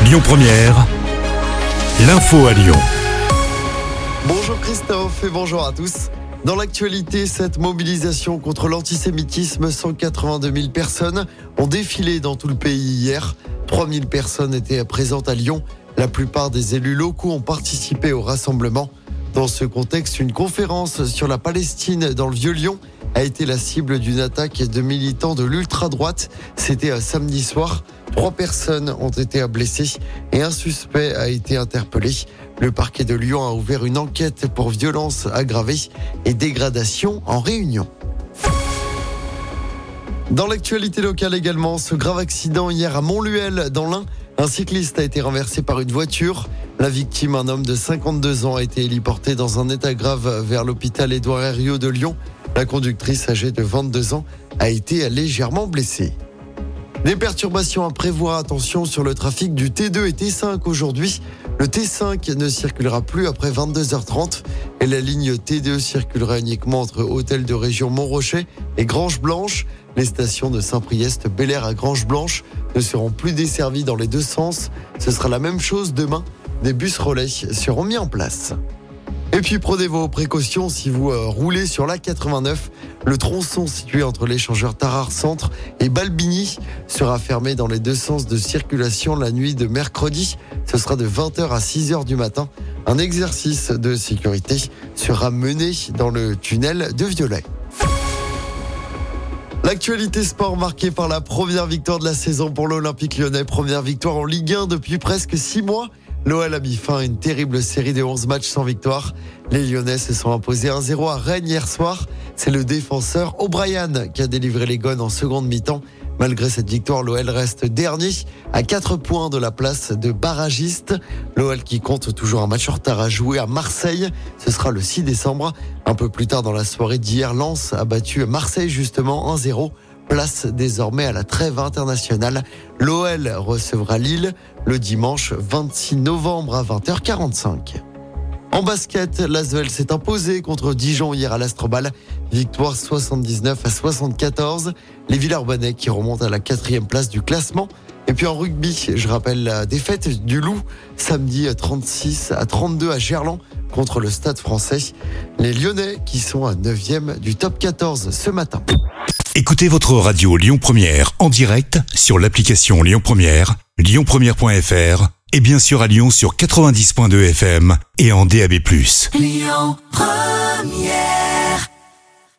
Lyon Première, l'info à Lyon. Bonjour Christophe et bonjour à tous. Dans l'actualité, cette mobilisation contre l'antisémitisme, 182 000 personnes ont défilé dans tout le pays hier. 3 000 personnes étaient présentes à Lyon. La plupart des élus locaux ont participé au rassemblement. Dans ce contexte, une conférence sur la Palestine dans le Vieux-Lyon a été la cible d'une attaque de militants de l'ultra-droite. C'était samedi soir. 3 personnes ont été blessées et un suspect a été interpellé. Le parquet de Lyon a ouvert une enquête pour violence aggravée et dégradation en réunion. Dans l'actualité locale également, ce grave accident hier à Montluel dans l'Ain. Un cycliste a été renversé par une voiture. La victime, un homme de 52 ans, a été héliporté dans un état grave vers l'hôpital Édouard Herriot de Lyon. La conductrice âgée de 22 ans a été légèrement blessée. Des perturbations à prévoir, attention sur le trafic du T2 et T5 aujourd'hui. Le T5 ne circulera plus après 22h30 et la ligne T2 circulera uniquement entre Hôtel de Région Montrochet et Grange-Blanche. Les stations de Saint-Priest, Bel-Air à Grange-Blanche ne seront plus desservies dans les deux sens. Ce sera la même chose demain. Des bus relais seront mis en place. Et puis prenez vos précautions si vous roulez sur l'A89. Le tronçon situé entre l'échangeur Tarare Centre et Balbigny sera fermé dans les deux sens de circulation la nuit de mercredi. Ce sera de 20h à 6h du matin. Un exercice de sécurité sera mené dans le tunnel de Violet. L'actualité sport marquée par la première victoire de la saison pour l'Olympique Lyonnais. Première victoire en Ligue 1 depuis presque 6 mois. L'OL a mis fin à une terrible série de 11 matchs sans victoire. Les Lyonnais se sont imposés 1-0 à Rennes hier soir. C'est le défenseur O'Brien qui a délivré les gones en seconde mi-temps. Malgré cette victoire, l'OL reste dernier à 4 points de la place de barragiste. L'OL qui compte toujours un match en retard à jouer à Marseille. Ce sera le 6 décembre. Un peu plus tard dans la soirée d'hier, Lens a battu Marseille justement 1-0. Place désormais à la trêve internationale. L'OL recevra Lille le dimanche 26 novembre à 20h45. En basket, l'Asvel s'est imposé contre Dijon hier à l'Astrobal. Victoire 79-74. Les Villeurbanais qui remontent à la 4e place du classement. Et puis en rugby, je rappelle la défaite du Loup samedi 36-32 à Gerland contre le Stade Français. Les Lyonnais qui sont à 9e du top 14 ce matin. Écoutez votre radio Lyon Première en direct sur l'application Lyon Première, lyonpremière.fr et bien sûr à Lyon sur 90.2 FM et en DAB+. Lyon Première.